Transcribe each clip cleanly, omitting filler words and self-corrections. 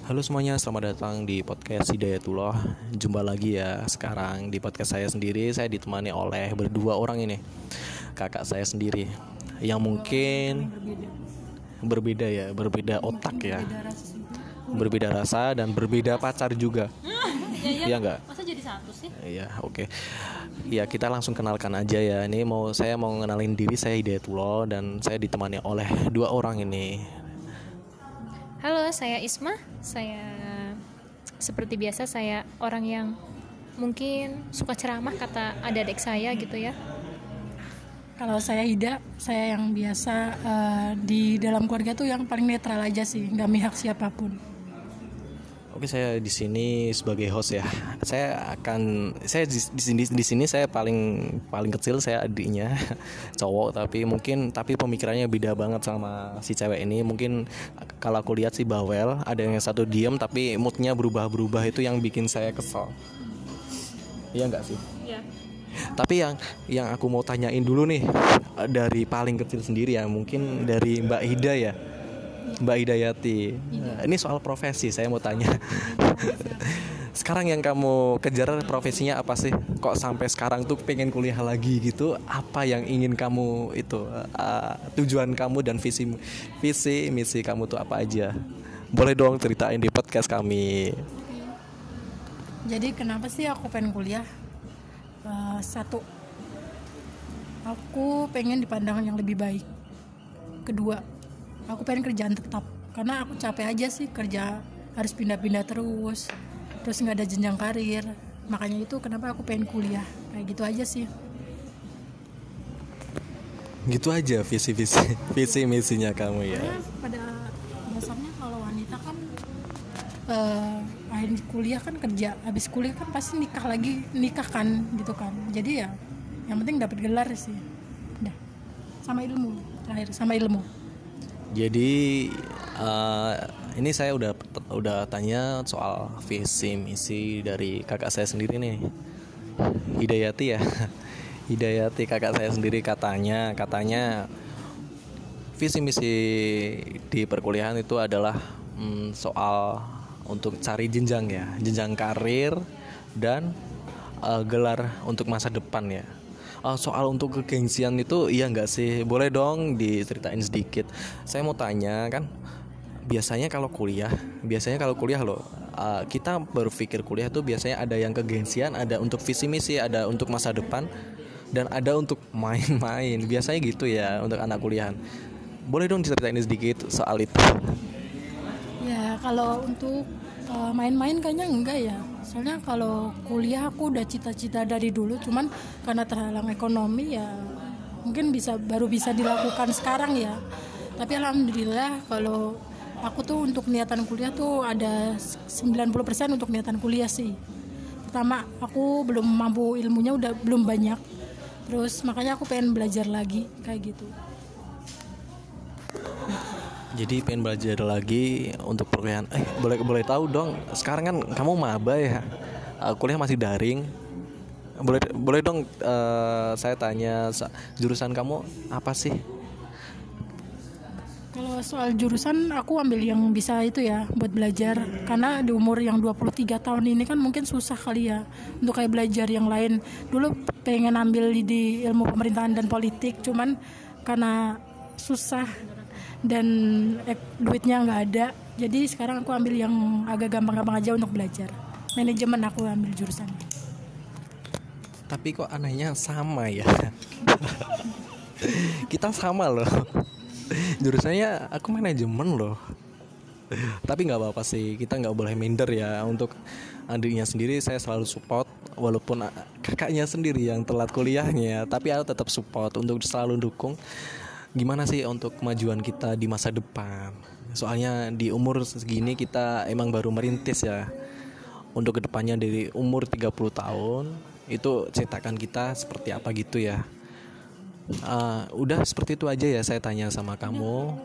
Halo semuanya, selamat datang di podcast Hidayatullah. Jumpa lagi ya sekarang di podcast saya sendiri. Saya ditemani oleh berdua orang ini. Kakak saya sendiri yang mungkin berbeda ya, berbeda otak ya, berbeda rasa dan berbeda pacar juga. Iya enggak? Masa jadi satu sih? Iya, oke. Ya, kita langsung kenalkan aja ya. Saya mau ngenalin diri, saya Hidayatullah dan saya ditemani oleh dua orang ini. Halo, saya Isma. Saya seperti biasa, saya orang yang mungkin suka ceramah kata adik-adik saya gitu ya. Kalau saya Ida, saya yang biasa di dalam keluarga tuh yang paling netral aja sih, nggak mihak siapapun. Oke, saya di sini sebagai host ya. Saya di sini saya paling kecil, saya adiknya cowok tapi pemikirannya beda banget sama si cewek ini. Mungkin kalau aku lihat sih bawel, ada yang satu diem tapi moodnya berubah-berubah, itu yang bikin saya kesel. Iya enggak sih? Iya. Tapi yang aku mau tanyain dulu nih, dari paling kecil sendiri ya, mungkin dari Mbak Ida ya. Mbak Hidayati. Ini soal profesi saya mau tanya. Sekarang yang kamu kejar profesinya apa sih? Kok sampai sekarang tuh pengen kuliah lagi gitu? Apa yang ingin kamu itu tujuan kamu dan visi misi kamu tuh apa aja? Boleh dong ceritain di podcast kami. Jadi kenapa sih aku pengen kuliah? Satu, aku pengen dipandang yang lebih baik. Kedua, aku pengen kerjaan tetap. Karena aku capek aja sih kerja harus pindah-pindah terus nggak ada jenjang karir. Makanya itu kenapa aku pengen kuliah. Kayak gitu aja sih. Gitu aja visi misinya kamu ya. Karena pada dasarnya kalau wanita kan akhir kuliah kan kerja, habis kuliah kan pasti nikah kan gitu kan. Jadi ya yang penting dapat gelar sih. Udah. Sama ilmu. Jadi ini saya udah tanya soal visi misi dari kakak saya sendiri nih, Hidayati ya. Hidayati, kakak saya sendiri katanya visi misi di perkuliahan itu adalah soal untuk cari jenjang karir dan gelar untuk masa depan ya. Soal untuk kegengsian itu iya nggak sih? Boleh dong diceritain sedikit. Saya mau tanya kan, biasanya kalau kuliah loh, kita berpikir kuliah tuh biasanya ada yang kegengsian, ada untuk visi misi, ada untuk masa depan, dan ada untuk main-main. Biasanya gitu ya untuk anak kuliahan. Boleh dong diceritain sedikit soal itu? Ya kalau untuk main-main kayaknya enggak ya. Soalnya kalau kuliah aku udah cita-cita dari dulu, cuman karena terhalang ekonomi ya mungkin baru bisa dilakukan sekarang ya. Tapi alhamdulillah kalau aku tuh untuk niatan kuliah tuh ada 90% untuk niatan kuliah sih. Pertama, aku belum mampu, ilmunya belum banyak. Terus makanya aku pengen belajar lagi kayak gitu. Jadi pengen belajar lagi untuk perkuliahan. Boleh tahu dong. Sekarang kan kamu maba ya. Kuliah masih daring. Boleh dong saya tanya jurusan kamu apa sih? Kalau soal jurusan aku ambil yang bisa itu ya buat belajar. Karena di umur yang 23 tahun ini kan mungkin susah kali ya untuk kayak belajar yang lain. Dulu pengen ambil di ilmu pemerintahan dan politik, cuman karena susah dan duitnya nggak ada, jadi sekarang aku ambil yang agak gampang-gampang aja untuk belajar. Manajemen aku ambil jurusannya. Tapi kok anehnya sama ya. Kita sama loh. Jurusannya aku manajemen loh. Tapi nggak apa-apa sih, kita nggak boleh minder ya. Untuk adiknya sendiri saya selalu support, walaupun kakaknya sendiri yang telat kuliahnya, tapi aku tetap support untuk selalu dukung. Gimana sih untuk kemajuan kita di masa depan? Soalnya di umur segini kita emang baru merintis ya. Untuk kedepannya dari umur 30 tahun itu cetakan kita seperti apa gitu ya. Udah seperti itu aja ya saya tanya sama kamu.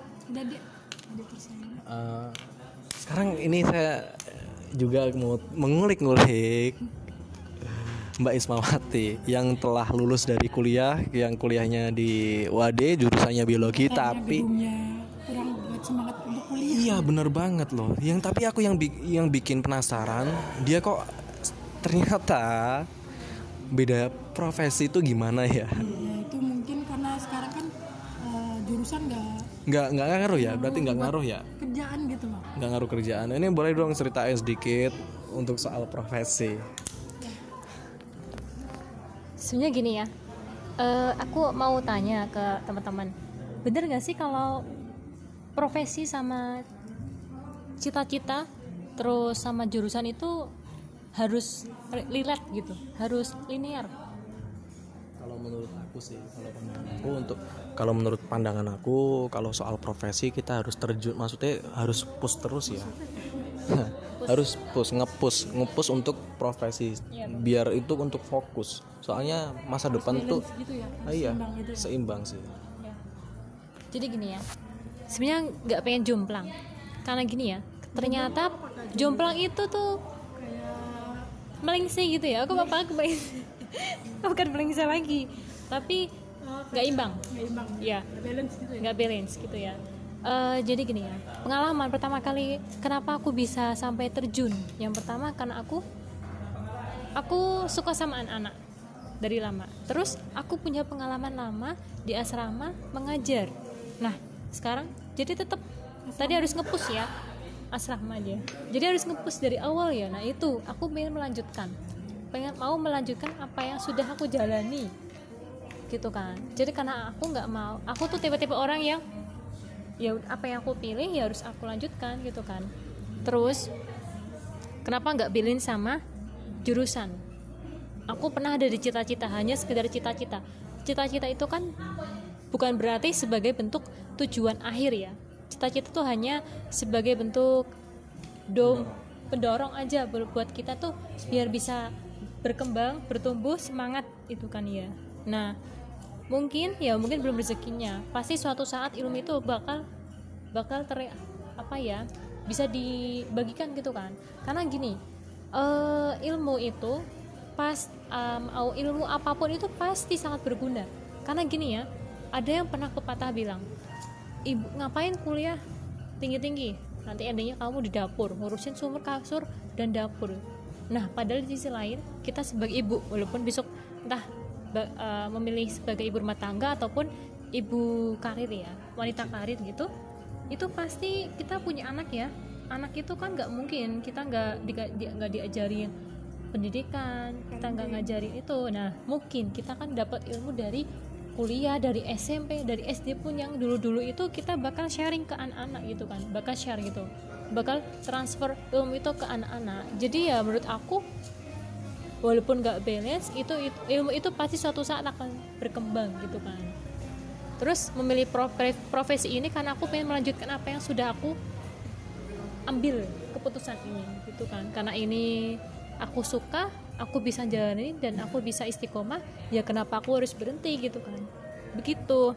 Sekarang ini saya juga mau mengulik-ngulik Mbak Ismawati yang telah lulus dari kuliah, yang kuliahnya di UAD jurusannya biologi, tapi gedungnya kurang buat semangat untuk kuliah. Iya bener banget loh. Tapi aku yang bikin penasaran, dia kok ternyata beda profesi itu gimana ya? Ya itu mungkin karena sekarang kan jurusan Nggak ngaruh ya? Berarti nggak ngaruh ya? kerjaan gitu loh. Nggak ngaruh kerjaan. Ini boleh dong ceritain sedikit untuk soal profesi. Sebenarnya gini ya, aku mau tanya ke teman-teman, bener nggak sih kalau profesi sama cita-cita terus sama jurusan itu harus relate gitu, harus linear? Kalau menurut aku sih, kalau menurut pandangan aku, kalau soal profesi kita harus terjun, maksudnya harus push terus ya. Harus nge-push untuk profesi, biar itu untuk fokus. Soalnya masa depan tuh Gitu ya. iya seimbang sih. Ya. Jadi gini ya, sebenarnya nggak pengen jomplang, karena gini ya, ternyata jomplang itu tuh melengsing gitu ya. Aku bukan melengsing lagi, tapi nggak imbang. Ya, Balance gitu ya. nggak balance gitu ya. Jadi gini ya, pengalaman pertama kali kenapa aku bisa sampai terjun, yang pertama karena aku suka sama anak-anak dari lama. Terus aku punya pengalaman lama di asrama mengajar. Nah sekarang jadi tetap tadi harus nge-push ya, asrama aja, jadi harus nge-push dari awal ya. Nah itu aku pengen mau melanjutkan apa yang sudah aku jalani gitu kan. Jadi karena aku tuh tipe-tipe orang yang ya apa yang aku pilih ya harus aku lanjutkan gitu kan. Terus kenapa nggak pilih sama jurusan? Aku pernah ada di cita-cita, hanya sekedar cita-cita. Cita-cita itu kan bukan berarti sebagai bentuk tujuan akhir ya. Cita-cita tuh hanya sebagai bentuk pendorong aja buat kita tuh biar bisa berkembang, bertumbuh, semangat itu kan ya. Nah mungkin belum rezekinya, pasti suatu saat ilmu itu bakal bisa dibagikan gitu kan. Karena gini, ilmu itu ilmu apapun itu pasti sangat berguna. Karena gini ya, ada yang pernah pepatah bilang, ibu ngapain kuliah tinggi-tinggi, nanti endingnya kamu di dapur ngurusin sumur, kasur, dan dapur. Nah padahal di sisi lain kita sebagai ibu, walaupun besok entah memilih sebagai ibu rumah tangga ataupun ibu karir ya, wanita karir gitu, itu pasti kita punya anak ya. Anak itu kan nggak mungkin kita nggak diajarin pendidikan, kita nggak ngajarin itu. Nah mungkin kita kan dapat ilmu dari kuliah, dari SMP, dari SD pun, yang dulu itu kita bakal sharing ke anak-anak gitu kan, bakal share gitu, bakal transfer ilmu itu ke anak-anak. Jadi ya menurut aku walaupun nggak balance, ilmu itu pasti suatu saat akan berkembang gitu kan. Terus memilih profesi ini karena aku pengen melanjutkan apa yang sudah aku ambil keputusan ini gitu kan. Karena ini aku suka, aku bisa jalani dan aku bisa istiqomah, ya kenapa aku harus berhenti gitu kan. Begitu.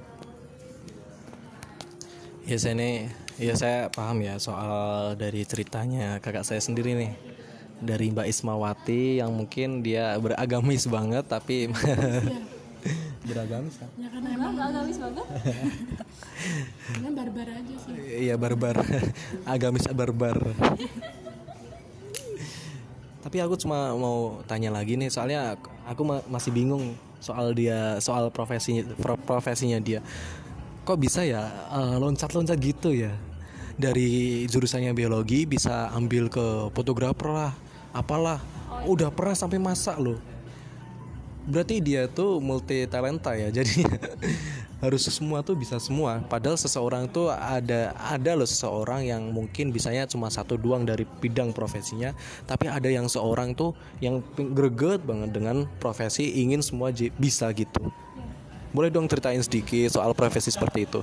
Saya paham ya soal dari ceritanya kakak saya sendiri nih, dari Mbak Ismawati yang mungkin dia beragamis banget tapi beragamis kan? Ya karena emang agamis banget. karena barbar aja sih. Iya barbar, agamis barbar. Tapi aku cuma mau tanya lagi nih, soalnya aku masih bingung soal profesinya dia. Kok bisa ya loncat-loncat gitu ya, dari jurusannya biologi bisa ambil ke fotografer lah, apalah, udah pernah sampai masak loh. Berarti dia tuh multi talenta ya, jadi harus semua tuh bisa semua. Padahal seseorang tuh ada loh seseorang yang mungkin bisanya cuma satu doang dari bidang profesinya, tapi ada yang seorang tuh yang greget banget dengan profesi, ingin semua bisa gitu. Boleh dong ceritain sedikit soal profesi seperti itu?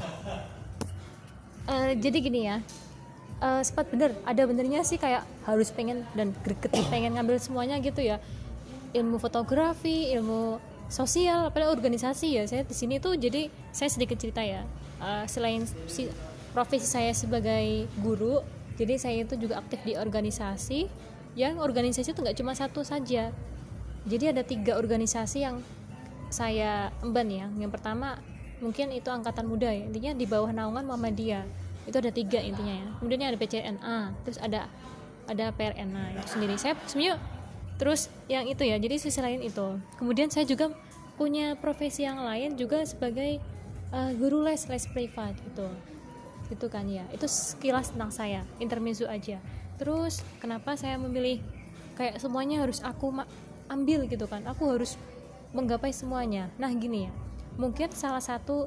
Jadi gini ya, sempat bener, ada benernya sih, kayak harus pengen dan greget pengen ngambil semuanya gitu ya. Ilmu fotografi, ilmu sosial, apalagi organisasi ya. Saya di sini tuh, jadi saya sedikit cerita ya. Selain profesi saya sebagai guru, jadi saya itu juga aktif di organisasi. Yang organisasi itu nggak cuma satu saja. Jadi ada 3 organisasi yang saya emban ya. Yang pertama mungkin itu angkatan muda ya, intinya di bawah naungan Muhammadiyah. Itu ada 3 intinya ya. Kemudian ada PCNA, terus ada PRNA itu sendiri. Saya sebenarnya terus yang itu ya, jadi sisi lain itu. Kemudian saya juga punya profesi yang lain juga sebagai guru les privat gitu kan ya. Itu sekilas tentang saya, intermezzo aja. Terus kenapa saya memilih kayak semuanya harus aku ambil gitu kan, aku harus menggapai semuanya. Nah gini ya, mungkin salah satu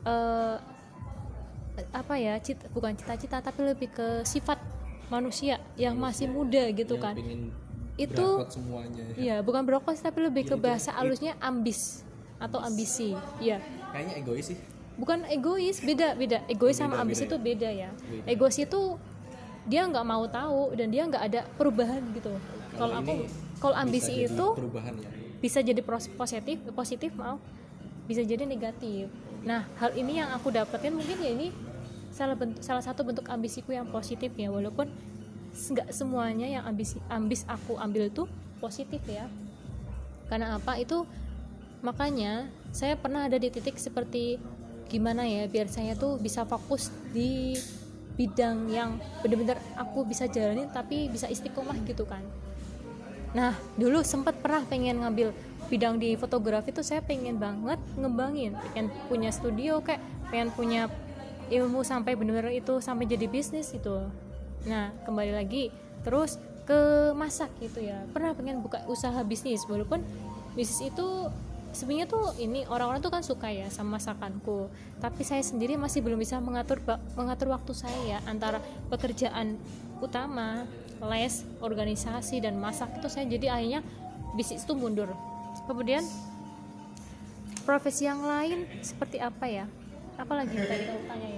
bukan cita-cita tapi lebih ke sifat manusia yang masih muda gitu kan, itu semuanya ya bukan berokok tapi lebih ke bahasa halusnya ambis atau ambisi ya. Kayaknya egois sih. Bukan egois, beda egois sama ambis itu beda ya. Egois itu dia nggak mau tahu dan dia nggak ada perubahan gitu. Kalau ambisi itu perubahan ya, bisa jadi positif bisa jadi negatif. Nah hal ini yang aku dapetin mungkin ya ini salah satu bentuk ambisiku yang positif ya, walaupun nggak semuanya yang ambis aku ambil tuh positif ya. Karena apa itu, makanya saya pernah ada di titik seperti gimana ya biar saya tuh bisa fokus di bidang yang benar-benar aku bisa jalani tapi bisa istiqomah gitu kan. Nah dulu sempat pernah pengen ngambil bidang di fotografi tuh, saya pengen banget ngembangin, pengen punya studio, kayak pengen punya ilmu sampai benar-benar itu sampai jadi bisnis gitu. Nah kembali lagi terus ke masak gitu ya, pernah pengen buka usaha bisnis, walaupun bisnis itu sebenarnya tuh ini orang-orang tuh kan suka ya sama masakanku, tapi saya sendiri masih belum bisa mengatur waktu saya ya, antara pekerjaan utama, les, organisasi dan masak itu saya jadi akhirnya bisnis itu mundur. Kemudian profesi yang lain seperti apa ya? Apalagi yang tadi kamu tanyain?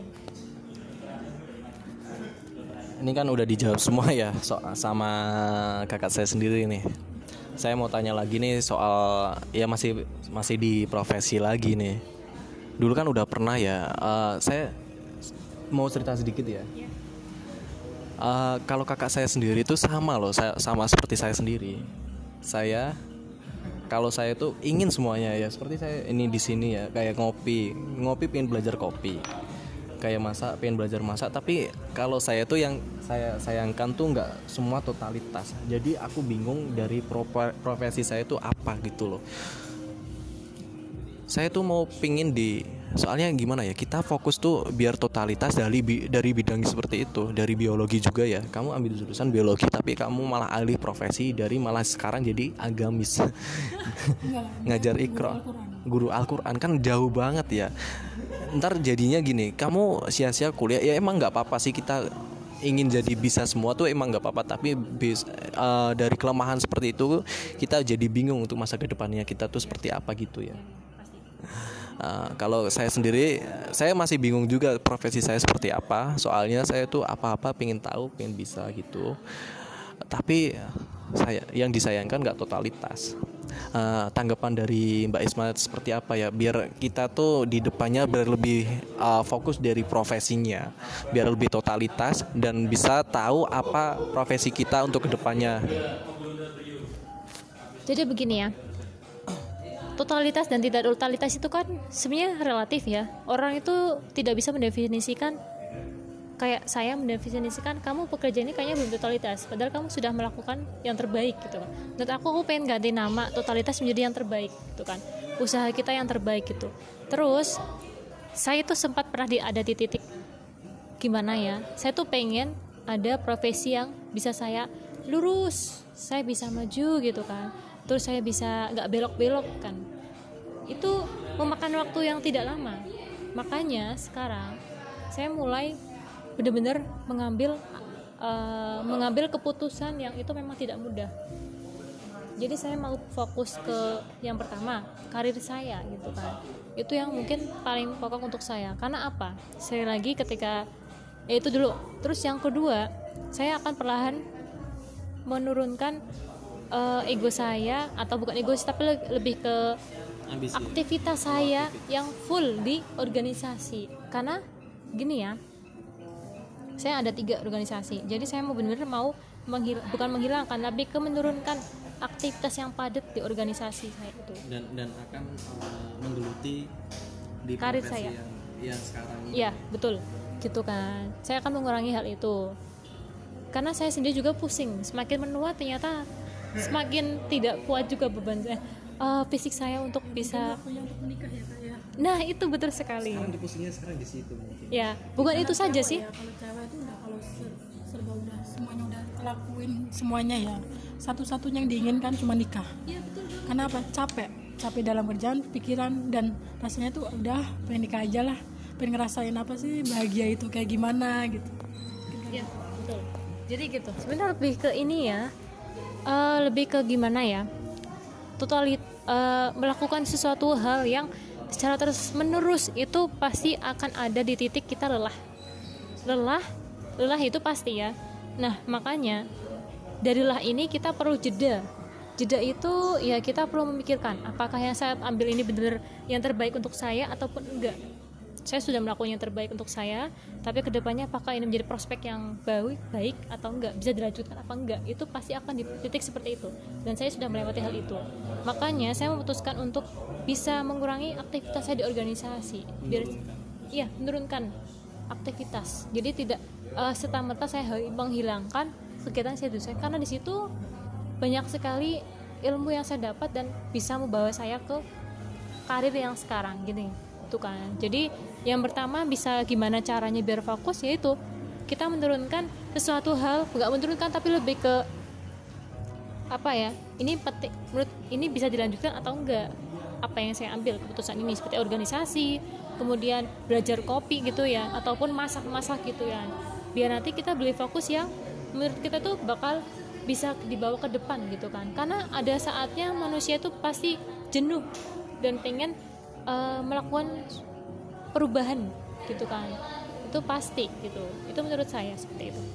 Ini kan udah dijawab semua ya sama kakak saya sendiri nih. Saya mau tanya lagi nih soal ya masih di profesi lagi nih. Dulu kan udah pernah ya. Saya mau cerita sedikit ya. Kalau kakak saya sendiri itu sama loh, sama seperti saya sendiri. Kalau saya tuh ingin semuanya ya, seperti saya ini di sini ya, kayak ngopi pengen belajar kopi, kayak masak pengen belajar masak. Tapi kalau saya tuh yang saya sayangkan tuh nggak semua totalitas. Jadi aku bingung dari profesi saya tuh apa gitu loh. Saya tuh mau pingin soalnya gimana ya, kita fokus tuh biar totalitas dari bidang seperti itu, dari biologi juga ya. Kamu ambil jurusan biologi tapi kamu malah alih profesi dari malah sekarang jadi agamis. Ngajar Iqra, guru Al-Quran, kan jauh banget ya. Ntar jadinya gini, kamu sia-sia kuliah. Ya emang nggak apa-apa sih, kita ingin jadi bisa semua tuh emang nggak apa-apa, tapi dari kelemahan seperti itu kita jadi bingung untuk masa kedepannya kita tuh seperti apa gitu ya. Kalau saya sendiri, saya masih bingung juga profesi saya seperti apa. Soalnya saya tuh apa-apa pengen tahu, pengen bisa gitu. Tapi yang disayangkan nggak totalitas. Tanggapan dari Mbak Isma seperti apa ya, biar kita tuh di depannya biar lebih fokus dari profesinya, biar lebih totalitas dan bisa tahu apa profesi kita untuk kedepannya. Jadi begini ya, totalitas dan tidak totalitas itu kan sebenarnya relatif ya. Orang itu tidak bisa mendefinisikan, kayak saya mendefinisikan kamu pekerja ini kayaknya belum totalitas, padahal kamu sudah melakukan yang terbaik gitu kan. Menurut aku pengen ganti nama totalitas menjadi yang terbaik gitu kan, usaha kita yang terbaik gitu. Terus saya tuh sempat pernah ada di titik gimana ya, saya tuh pengen ada profesi yang bisa saya lurus, saya bisa maju gitu kan, terus saya bisa nggak belok-belok kan. Itu memakan waktu yang tidak lama. Makanya sekarang saya mulai benar-benar mengambil keputusan yang itu memang tidak mudah. Jadi saya mau fokus ke yang pertama, karir saya gitu kan. Itu yang mungkin paling pokok untuk saya. Karena apa? Sekali lagi ketika itu dulu. Terus yang kedua, saya akan perlahan menurunkan ego saya, atau bukan ego tapi lebih ke ambisi, aktivitas saya yang full di organisasi. Karena gini ya, saya ada 3 organisasi, jadi saya mau benar-benar bukan menghilangkan, tapi menurunkan aktivitas yang padat di organisasi saya itu, dan akan menggeluti di karir profesi saya yang sekarang ini. Iya betul. gitu kan. Saya akan mengurangi hal itu karena saya sendiri juga pusing, semakin menua ternyata semakin tidak kuat juga beban fisik saya untuk bisa. Nah itu betul sekali. Sekarang pusingnya sekarang di situ mungkin. Ya bukan itu saja sih. Ya, kalau cewek itu udah kalau serba udah semuanya udah lakuin semuanya ya, satu-satunya yang diinginkan cuma nikah. Iya betul. Karena apa? Capek dalam kerjaan, pikiran, dan rasanya tuh udah pengen nikah aja lah, pengen ngerasain apa sih bahagia itu kayak gimana gitu. Iya betul. Jadi gitu. Sebenarnya lebih ke ini ya, lebih ke gimana ya? Melakukan sesuatu hal yang secara terus menerus itu pasti akan ada di titik kita lelah itu pasti ya. Nah makanya dari lelah ini kita perlu jeda itu ya, kita perlu memikirkan apakah yang saya ambil ini benar yang terbaik untuk saya ataupun enggak. Saya sudah melakukan yang terbaik untuk saya, tapi kedepannya apakah ini menjadi prospek yang baik atau enggak, bisa dilanjutkan apa enggak, itu pasti akan di titik seperti itu, dan saya sudah melewati hal itu. Makanya saya memutuskan untuk bisa mengurangi aktivitas saya di organisasi, biar menurunkan aktivitas. Jadi tidak serta-merta saya menghilangkan kegiatan saya dulu, karena di situ banyak sekali ilmu yang saya dapat dan bisa membawa saya ke karir yang sekarang gini. Itu kan. Jadi yang pertama bisa gimana caranya biar fokus, yaitu kita menurunkan sesuatu hal, enggak menurunkan tapi lebih ke apa ya, ini penting menurut ini bisa dilanjutkan atau enggak, apa yang saya ambil keputusan ini, seperti organisasi, kemudian belajar kopi gitu ya, ataupun masak gitu ya, biar nanti kita beli fokus yang menurut kita tuh bakal bisa dibawa ke depan gitu kan. Karena ada saatnya manusia tuh pasti jenuh dan pengen melakukan perubahan gitu kan, itu pasti gitu. Itu menurut saya seperti itu.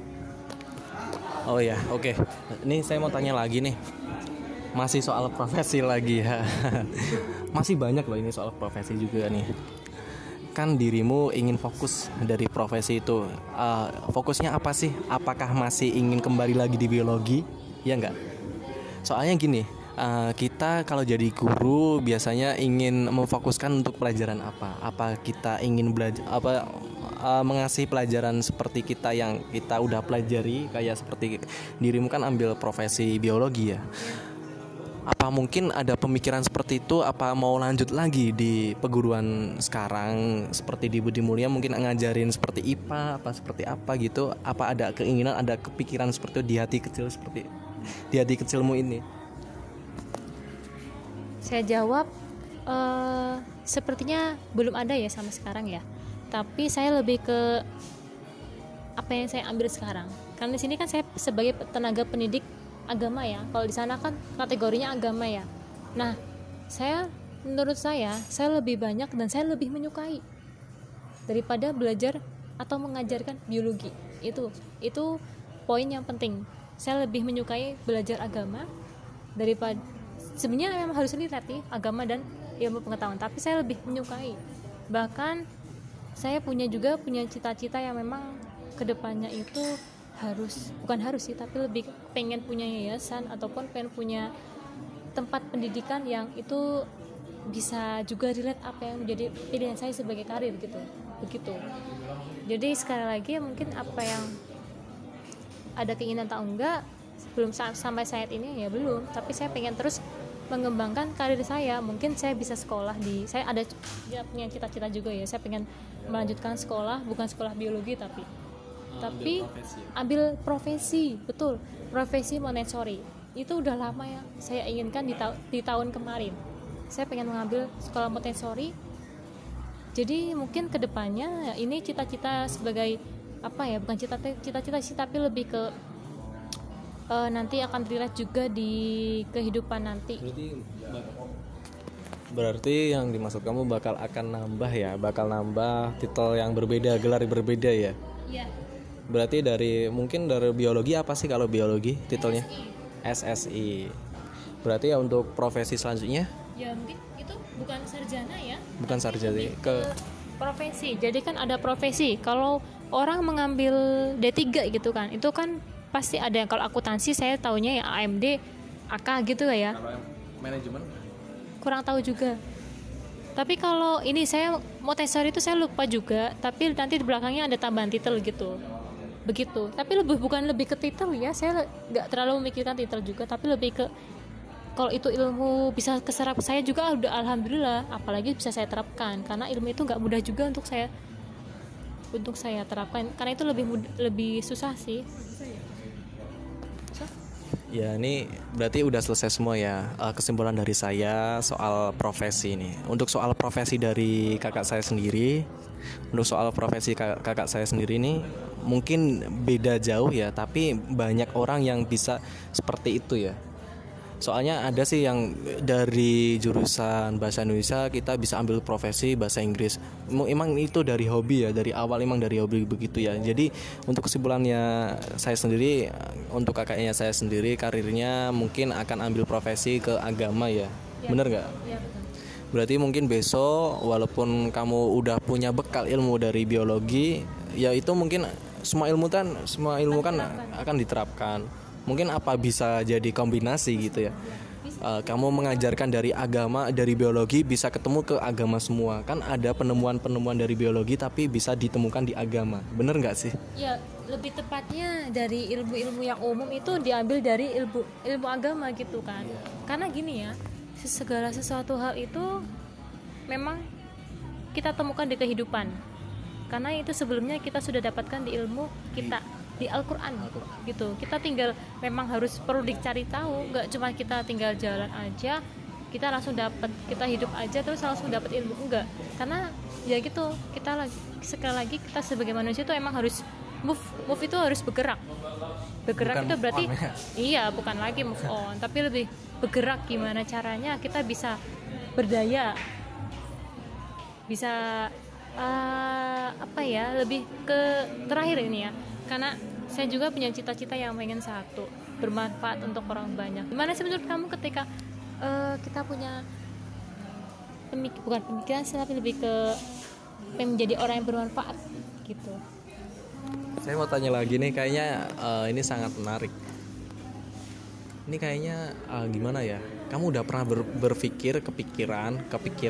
Oh ya, oke. Ini saya mau tanya lagi nih, masih soal profesi lagi ya. Masih banyak loh ini soal profesi juga nih. Kan dirimu ingin fokus dari profesi itu, fokusnya apa sih? Apakah masih ingin kembali lagi di biologi? Ya enggak? Soalnya gini, kita kalau jadi guru biasanya ingin memfokuskan untuk pelajaran apa? Apa kita ingin belajar mengasih pelajaran seperti kita yang kita udah pelajari, kayak seperti dirimu kan ambil profesi biologi ya. Apa mungkin ada pemikiran seperti itu? Apa mau lanjut lagi di perguruan sekarang seperti di Budi Mulia, mungkin ngajarin seperti IPA apa seperti apa gitu? Apa ada keinginan, ada kepikiran seperti itu di hati kecilmu ini? Saya jawab sepertinya belum ada ya sama sekarang ya. Tapi saya lebih ke apa yang saya ambil sekarang. Karena di sini kan saya sebagai tenaga pendidik agama ya. Kalau di sana kan kategorinya agama ya. Nah, menurut saya lebih banyak dan saya lebih menyukai daripada belajar atau mengajarkan biologi. Itu poin yang penting. Saya lebih menyukai belajar agama daripada, sebenarnya memang harus dilatih agama dan ilmu pengetahuan, tapi saya lebih menyukai. Bahkan saya punya cita-cita yang memang kedepannya itu bukan harus sih, tapi lebih pengen punya yayasan ataupun pengen punya tempat pendidikan yang itu bisa juga relate apa yang menjadi pilihan saya sebagai karir gitu, begitu. Jadi sekali lagi mungkin apa yang ada keinginan atau enggak belum sampai saat ini ya belum, tapi saya pengen terus mengembangkan karir saya. Mungkin saya bisa saya punya cita-cita juga ya, saya pengen melanjutkan sekolah, bukan sekolah biologi tapi ambil profesi, betul, profesi Montessori. Itu udah lama ya saya inginkan di tahun kemarin. Saya pengen mengambil sekolah Montessori. Jadi mungkin kedepannya ini cita-cita sebagai apa ya, bukan cita-cita sih, tapi lebih ke nanti akan relate juga di kehidupan nanti. Berarti yang dimaksud kamu bakal nambah titel yang berbeda, gelar berbeda ya? Iya. Berarti mungkin dari biologi apa sih kalau biologi titelnya? SSI. Berarti ya untuk profesi selanjutnya? Ya mungkin itu bukan sarjana ya. Bukan sarjana ke profesi. Jadi kan ada profesi. Kalau orang mengambil D3 gitu kan, itu kan pasti ada yang, kalau akuntansi saya taunya ya AMD, AK gitu ya. Kalau yang manajemen? Kurang tahu juga. Tapi kalau ini saya Montessori itu saya lupa juga, tapi nanti di belakangnya ada tambahan titel gitu. Begitu. Tapi bukan lebih ke titel ya, saya nggak terlalu memikirkan titel juga, tapi lebih ke kalau itu ilmu bisa keserap saya juga udah alhamdulillah, apalagi bisa saya terapkan karena ilmu itu nggak mudah juga untuk saya terapkan karena itu lebih susah sih. Ya ini berarti udah selesai semua ya kesimpulan dari saya soal profesi ini. Untuk soal profesi dari kakak saya sendiri, kakak saya sendiri ini mungkin beda jauh ya, tapi banyak orang yang bisa seperti itu ya. Soalnya ada sih yang dari jurusan bahasa Indonesia kita bisa ambil profesi bahasa Inggris. Emang itu dari hobi ya, dari awal emang dari hobi begitu ya. Jadi untuk kesimpulannya saya sendiri, untuk kakaknya saya sendiri karirnya mungkin akan ambil profesi ke agama ya. Bener nggak? Ya, betul. Berarti mungkin besok walaupun kamu udah punya bekal ilmu dari biologi, ya itu mungkin semua ilmu kan akan diterapkan. Mungkin apa bisa jadi kombinasi gitu ya. Kamu mengajarkan dari agama, dari biologi bisa ketemu ke agama semua. Kan ada penemuan-penemuan dari biologi tapi bisa ditemukan di agama. Bener nggak sih? Ya, lebih tepatnya dari ilmu-ilmu yang umum itu diambil dari ilmu agama gitu kan. Karena gini ya, segala sesuatu hal itu memang kita temukan di kehidupan. Karena itu sebelumnya kita sudah dapatkan di ilmu kita di Al-Quran gitu. Kita tinggal memang perlu dicari tahu, nggak cuma kita tinggal jalan aja kita langsung dapat, kita hidup aja terus langsung dapat ilmu, enggak. Karena ya gitu, sekali lagi kita sebagai manusia itu emang harus move itu harus bergerak bukan itu berarti iya, bukan lagi move on tapi lebih bergerak. Gimana caranya kita bisa berdaya, bisa lebih ke terakhir ini ya, karena saya juga punya cita-cita yang pengen bermanfaat untuk orang banyak. Gimana sih menurut kamu ketika kita punya bukan pemikiran tapi lebih ke menjadi orang yang bermanfaat gitu? Saya mau tanya lagi nih, kayaknya ini sangat menarik. Ini kayaknya gimana ya? Kamu udah pernah kepikiran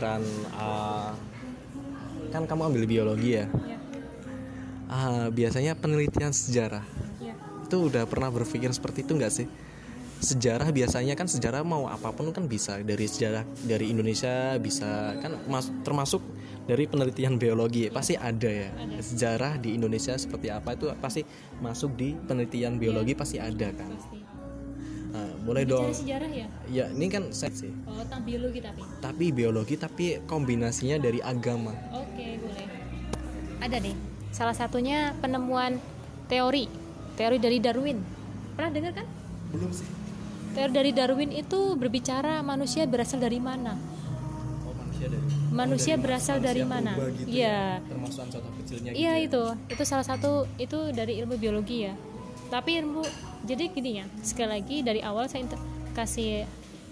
kan kamu ambil biologi ya? Biasanya penelitian sejarah itu udah pernah berpikir seperti itu nggak sih? Sejarah biasanya kan sejarah mau apapun kan bisa, dari sejarah dari Indonesia bisa kan, termasuk dari penelitian biologi pasti ada ya. Sejarah di Indonesia seperti apa itu pasti masuk di penelitian biologi, pasti ada kan. Boleh dong. Sejarah ya? Ya ini kan saya sih. Tentang biologi tapi biologi tapi kombinasinya dari agama. Oke, boleh. Ada nih. Salah satunya penemuan teori dari Darwin. Pernah dengar kan? Belum sih. Teori dari Darwin itu berbicara manusia berasal dari mana? Manusia berasal dari mana? Gitu ya. Termasuk contoh kecilnya gitu. Iya, itu salah satu itu dari ilmu biologi ya. Tapi jadi gini ya, sekali lagi dari awal saya kasih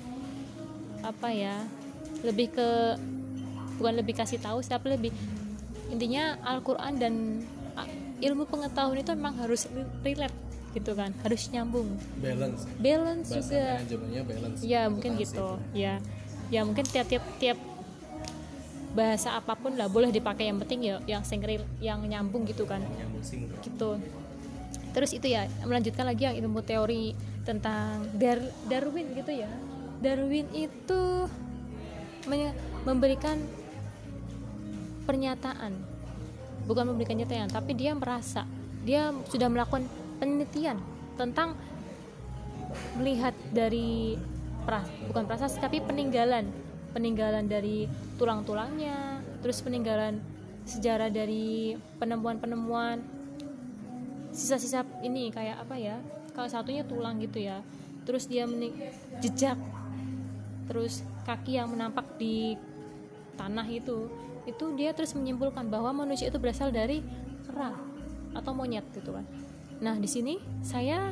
lebih ke bukan lebih kasih tahu tapi lebih intinya Al-Quran dan ilmu pengetahuan itu memang harus relate gitu kan, harus nyambung, balance juga ya, mungkin gitu ya mungkin tiap bahasa apapun lah boleh dipakai, yang penting ya yang nyambung gitu kan, gitu. Terus itu ya, melanjutkan lagi yang ilmu teori tentang Darwin gitu ya. Darwin itu memberikan pernyataan, bukan memberikan pernyataan, tapi dia sudah melakukan penelitian tentang melihat dari bukan prasasti tapi peninggalan dari tulang-tulangnya, terus peninggalan sejarah dari penemuan sisa-sisa ini kayak kalau satunya tulang gitu ya, terus dia jejak, terus kaki yang menampak di tanah itu dia terus menyimpulkan bahwa manusia itu berasal dari kera atau monyet gitu kan. Nah di sini saya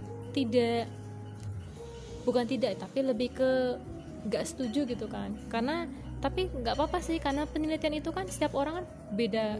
tapi lebih ke nggak setuju gitu kan, tapi nggak apa-apa sih, karena penelitian itu kan setiap orang kan beda,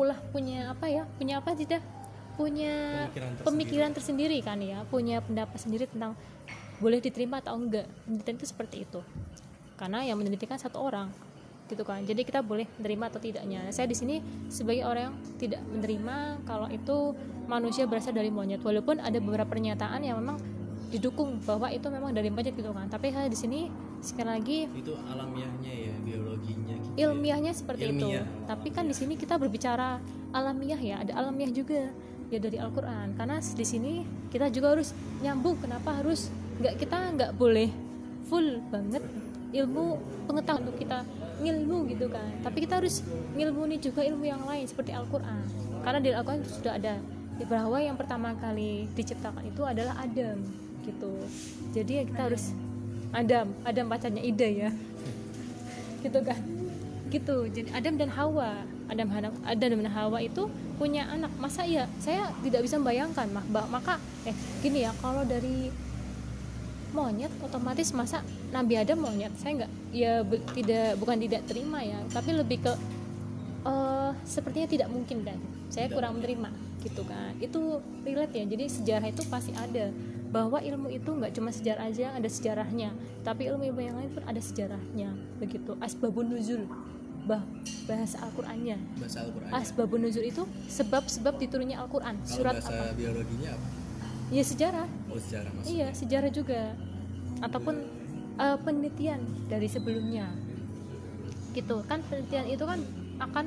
punya pemikiran tersendiri kan ya, punya pendapat sendiri tentang boleh diterima atau enggak penelitian itu seperti itu, karena yang meneliti kan satu orang gitu kan. Jadi kita boleh menerima atau tidaknya. Saya di sini sebagai orang yang tidak menerima kalau itu manusia berasal dari monyet, walaupun ada beberapa pernyataan yang memang didukung bahwa itu memang dari monyet gitu kan. Tapi saya di sini sekali lagi itu alamiahnya ya, biologinya gitu ilmiahnya seperti Ilmiah. itu. Tapi kan di sini kita berbicara alamiah ya, ada alamiah juga ya dari Al-Qur'an. Karena di sini kita juga harus nyambung. Kenapa harus kita nggak boleh full banget ilmu pengetahuan untuk kita ngilmu gitu kan, tapi kita harus ngilmuni juga ilmu yang lain seperti Al-Quran, karena di Al-Quran sudah ada bahwa yang pertama kali diciptakan itu adalah Adam gitu. Jadi ya kita harus Adam pacarnya Ida ya gitu kan, gitu. Jadi Adam dan Hawa itu punya anak. Masa ya saya tidak bisa membayangkan maka gini ya, kalau dari monyet otomatis masa Nabi Adam monyet, saya nggak ya bukan tidak terima ya, tapi lebih ke sepertinya tidak mungkin dan saya kurang menerima gitu kan. Itu relate ya, jadi sejarah itu pasti ada, bahwa ilmu itu nggak cuma sejarah aja, ada sejarahnya, tapi ilmu yang lain pun ada sejarahnya begitu. Asbabun nuzul bahasa Al-Qur'annya. Asbabun nuzul itu sebab-sebab diturunnya Al-Qur'an. Surat bahasa apa? Biologinya apa? Ya sejarah. Sejarah maksudnya. Iya, sejarah juga. Ataupun penelitian dari sebelumnya. Gitu. Kan penelitian itu kan akan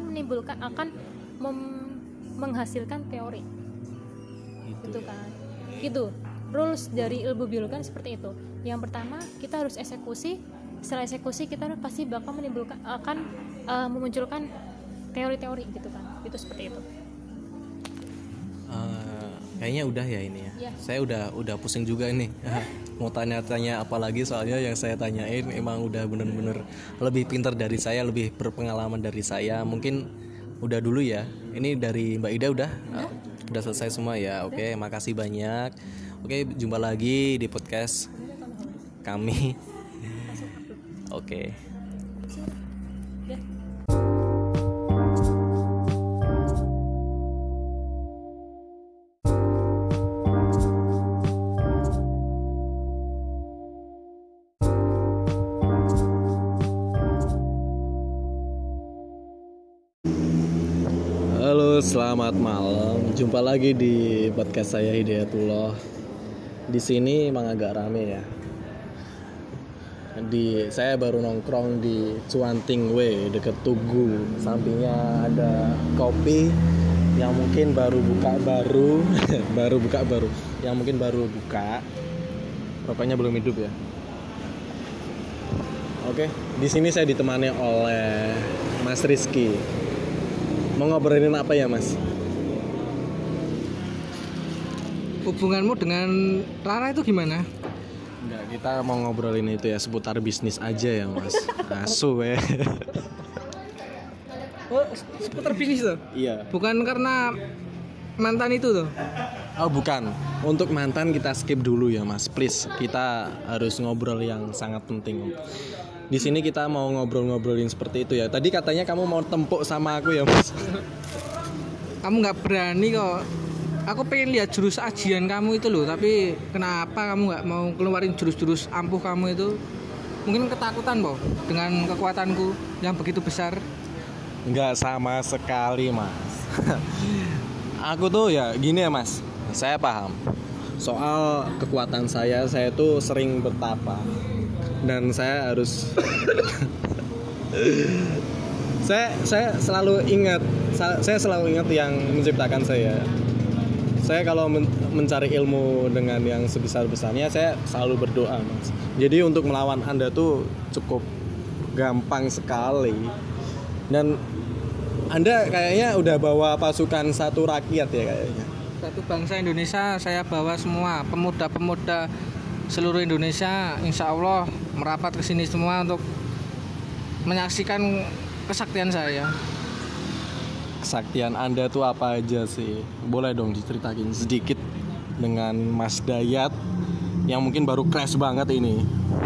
menghasilkan teori. Gitu kan. Gitu. Rules dari ilmu biologi kan seperti itu. Yang pertama, kita harus eksekusi. Setelah eksekusi kita pasti bakal memunculkan teori-teori gitu kan. Itu seperti itu. Kayaknya udah ya ini ya. Ya. Saya udah pusing juga ini. Mau tanya-tanya apa lagi, soalnya yang saya tanyain emang udah bener-bener lebih pintar dari saya, lebih berpengalaman dari saya. Mungkin udah dulu ya. Ini dari Mbak Ida udah selesai semua ya. Oke, makasih banyak. Oke, jumpa lagi di podcast kami. Oke. Halo, selamat malam. Jumpa lagi di podcast saya Hidayatullah. Di sini emang agak rame ya. Saya baru nongkrong di Cuanting Way deket Tugu. Sampingnya ada kopi yang mungkin baru buka. Yang mungkin baru buka. Rokoknya belum hidup ya. Oke, di sini saya ditemani oleh Mas Rizky. Mau ngobrolin apa ya, Mas? Hubunganmu dengan Rara itu gimana? Enggak, kita mau ngobrolin itu ya, seputar bisnis aja ya, Mas. Asu ya. Oh, seputar bisnis tuh? Iya. Bukan karena mantan itu tuh? Oh, bukan. Untuk mantan kita skip dulu ya, Mas. Please, kita harus ngobrol yang sangat penting. Di sini kita mau ngobrolin seperti itu ya. Tadi katanya kamu mau tempuk sama aku ya, Mas. Kamu nggak berani kok. Aku pengen lihat jurus ajian kamu itu loh. Tapi kenapa kamu nggak mau keluarin jurus-jurus ampuh kamu itu? Mungkin ketakutan boh dengan kekuatanku yang begitu besar. Nggak sama sekali, Mas. Aku tuh ya gini ya, Mas. Saya paham. Soal kekuatan saya tuh sering bertapa. Dan saya harus saya selalu ingat yang menciptakan saya. Saya kalau mencari ilmu dengan yang sebesar-besarnya, saya selalu berdoa, Mas. Jadi untuk melawan Anda tuh cukup gampang sekali. Dan Anda kayaknya udah bawa pasukan satu rakyat ya kayaknya. Satu bangsa Indonesia saya bawa semua, pemuda-pemuda seluruh Indonesia insya Allah merapat ke sini semua untuk menyaksikan kesaktian saya. Kesaktian Anda tuh apa aja sih? Boleh dong diceritain sedikit dengan Mas Dayat yang mungkin baru crash banget ini.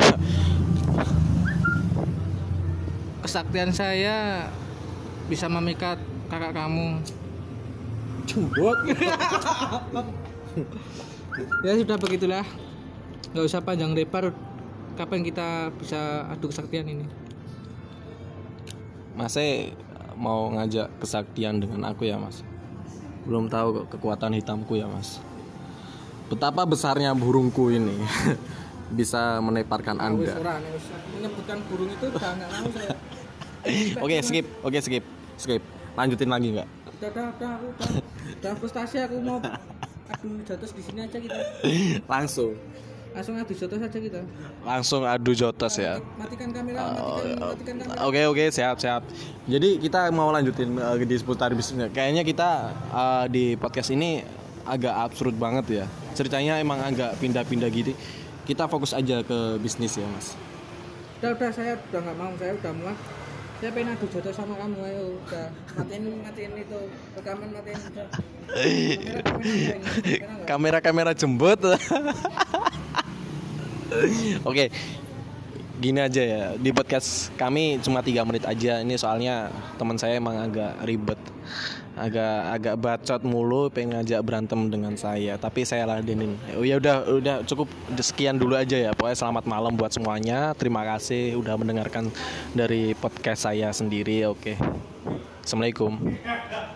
Kesaktian saya bisa memikat kakak kamu. Cubot. Ya sudah begitulah. Gak usah panjang lebar. Kapan kita bisa adu kesaktian ini? Mas mau ngajak kesaktian dengan aku ya Mas. Belum tahu kekuatan hitamku ya Mas. Betapa besarnya burungku ini bisa meneparkan Anda. Menyebutkan burung itu udah nggak mau saya. Oke, skip. Lanjutin lagi nggak? Udah frustasi aku mau adu jotos di sini aja kita. Langsung adu jotos aja kita. Langsung adu jotos ya. Matikan kamera. Oke, siap. Jadi kita mau lanjutin di seputar bisnisnya. Kayaknya kita di podcast ini agak absurd banget ya. Ceritanya emang agak pindah-pindah gitu. Kita fokus aja ke bisnis ya Mas. Udah saya udah nggak mau, saya udah muak. Saya pengen adu jotos sama kamu, ayo udah matiin itu rekaman, matiin udah. Kamera jembut. Oke, gini aja ya, di podcast kami cuma 3 menit aja. Ini soalnya teman saya emang agak ribet, agak bacot mulu, pengen ngajak berantem dengan saya, tapi saya ladenin. Ya udah cukup sekian dulu aja ya. Pokoknya selamat malam buat semuanya. Terima kasih udah mendengarkan dari podcast saya sendiri. Oke, assalamualaikum.